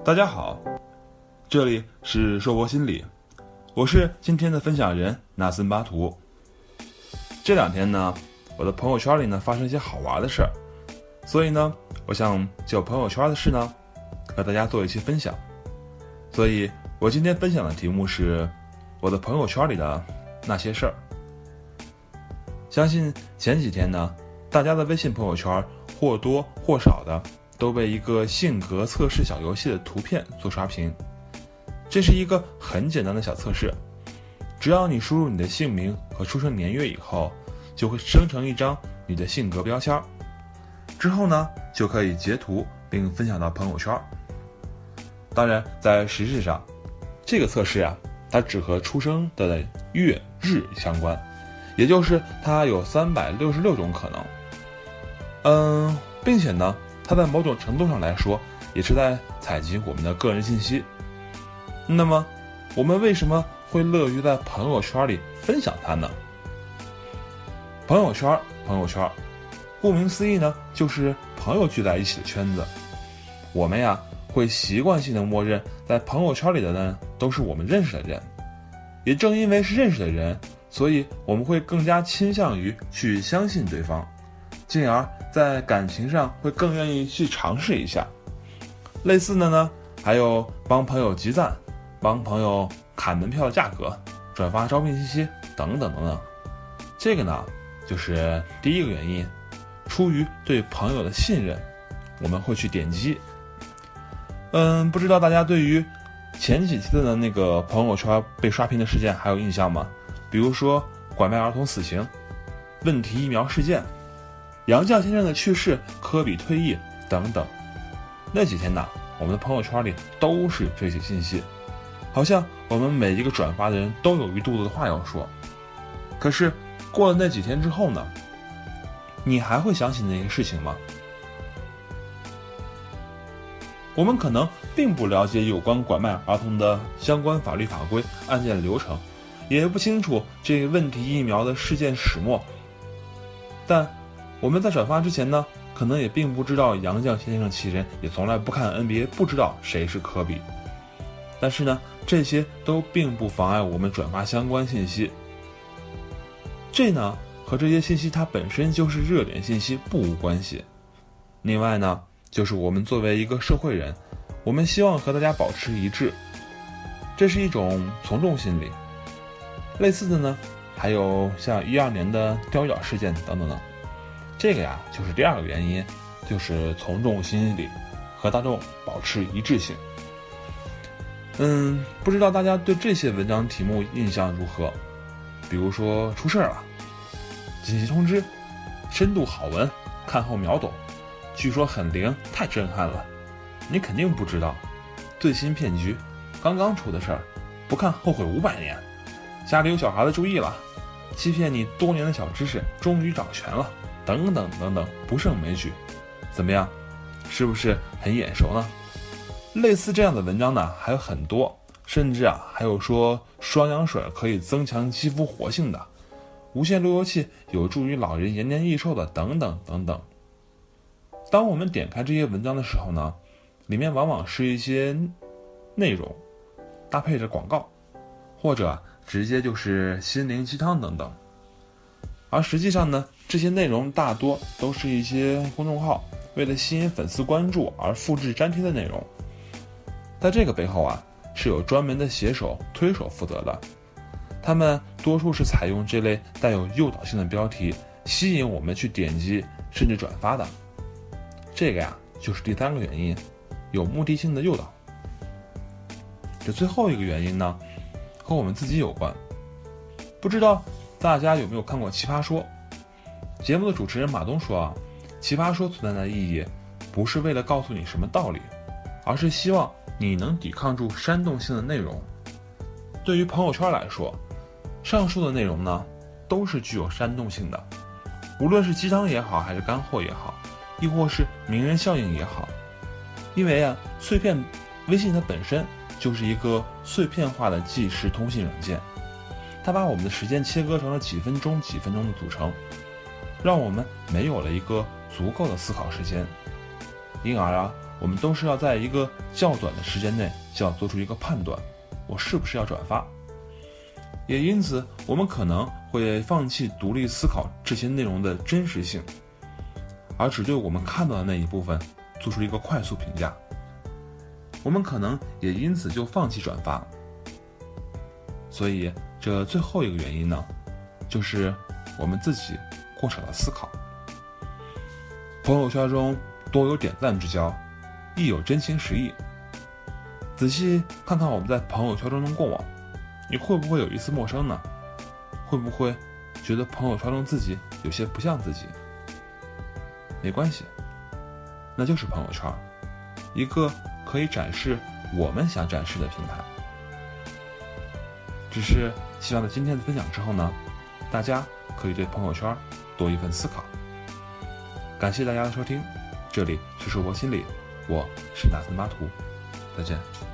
大家好，这里是硕博心理，我是今天的分享人纳森巴图。这两天呢，我的朋友圈里呢发生一些好玩的事儿，所以呢，我想就朋友圈的事呢，和大家做一期分享。所以我今天分享的题目是我的朋友圈里的那些事儿。相信前几天呢，大家的微信朋友圈或多或少的都被一个性格测试小游戏的图片做刷屏。这是一个很简单的小测试，只要你输入你的姓名和出生年月以后，就会生成一张你的性格标签，之后呢就可以截图并分享到朋友圈。当然在实质上，这个测试啊，它只和出生的月日相关，也就是它有366种可能。并且呢，它在某种程度上来说也是在采集我们的个人信息。那么我们为什么会乐于在朋友圈里分享它呢？朋友圈，顾名思义呢，就是朋友聚在一起的圈子。我们呀会习惯性的默认在朋友圈里的呢都是我们认识的人，也正因为是认识的人，所以我们会更加倾向于去相信对方，进而在感情上会更愿意去尝试一下。类似的呢，还有帮朋友集赞，帮朋友砍门票的价格，转发招聘信息等等等等。这个呢，就是第一个原因，出于对朋友的信任，我们会去点击。不知道大家对于前几期的那个朋友圈被刷屏的事件还有印象吗？比如说拐卖儿童死刑、问题疫苗事件、杨绛先生的去世、科比退役等等。那几天呢，我们的朋友圈里都是这些信息，好像我们每一个转发的人都有一肚子的话要说。可是过了那几天之后呢，你还会想起那些事情吗？我们可能并不了解有关拐卖儿童的相关法律法规、案件流程，也不清楚这个问题疫苗的事件始末，但我们在转发之前呢，可能也并不知道杨绛先生其人，也从来不看 NBA， 不知道谁是科比。但是呢，这些都并不妨碍我们转发相关信息。这呢，和这些信息它本身就是热点信息不无关系。另外呢，就是我们作为一个社会人，我们希望和大家保持一致，这是一种从众心理。类似的呢，还有像12年的钓鱼岛事件等等等。这个呀，就是第二个原因，就是从众心理，和大众保持一致性。不知道大家对这些文章题目印象如何？比如说出事了，紧急通知，深度好文，看后秒懂，据说很灵，太震撼了。你肯定不知道，最新骗局，刚刚出的事儿，不看后悔500年，家里有小孩的注意了，欺骗你多年的小知识终于掌权了，等等等等，不胜枚举。怎么样，是不是很眼熟呢？类似这样的文章呢还有很多，甚至还有说双氧水可以增强肌肤活性的，无线路由器有助于老人延年益寿的，等等等等。当我们点开这些文章的时候呢，里面往往是一些内容搭配着广告，或者直接就是心灵鸡汤等等。而实际上呢，这些内容大多都是一些公众号为了吸引粉丝关注而复制粘贴的内容。在这个背后是有专门的写手推手负责的，他们多数是采用这类带有诱导性的标题，吸引我们去点击甚至转发的。这个就是第三个原因，有目的性的诱导。这最后一个原因呢，和我们自己有关。不知道大家有没有看过《奇葩说》？节目的主持人马东说奇葩说存在的意义不是为了告诉你什么道理，而是希望你能抵抗住煽动性的内容。对于朋友圈来说，上述的内容呢，都是具有煽动性的，无论是鸡汤也好，还是干货也好，亦或是名人效应也好。因为碎片微信它本身就是一个碎片化的即时通信软件，它把我们的时间切割成了几分钟几分钟的组成，让我们没有了一个足够的思考时间，因而我们都是要在一个较短的时间内就要做出一个判断，我是不是要转发。也因此，我们可能会放弃独立思考这些内容的真实性，而只对我们看到的那一部分做出一个快速评价。我们可能也因此就放弃转发。所以这最后一个原因呢，就是我们自己过少的思考。朋友圈中多有点赞之交，亦有真情实意。仔细看看我们在朋友圈中的过往，你会不会有一丝陌生呢？会不会觉得朋友圈中自己有些不像自己？没关系，那就是朋友圈，一个可以展示我们想展示的平台。只是希望在今天的分享之后呢，大家可以对朋友圈多一份思考。感谢大家的收听，这里是硕博心理，我是纳森巴图，再见。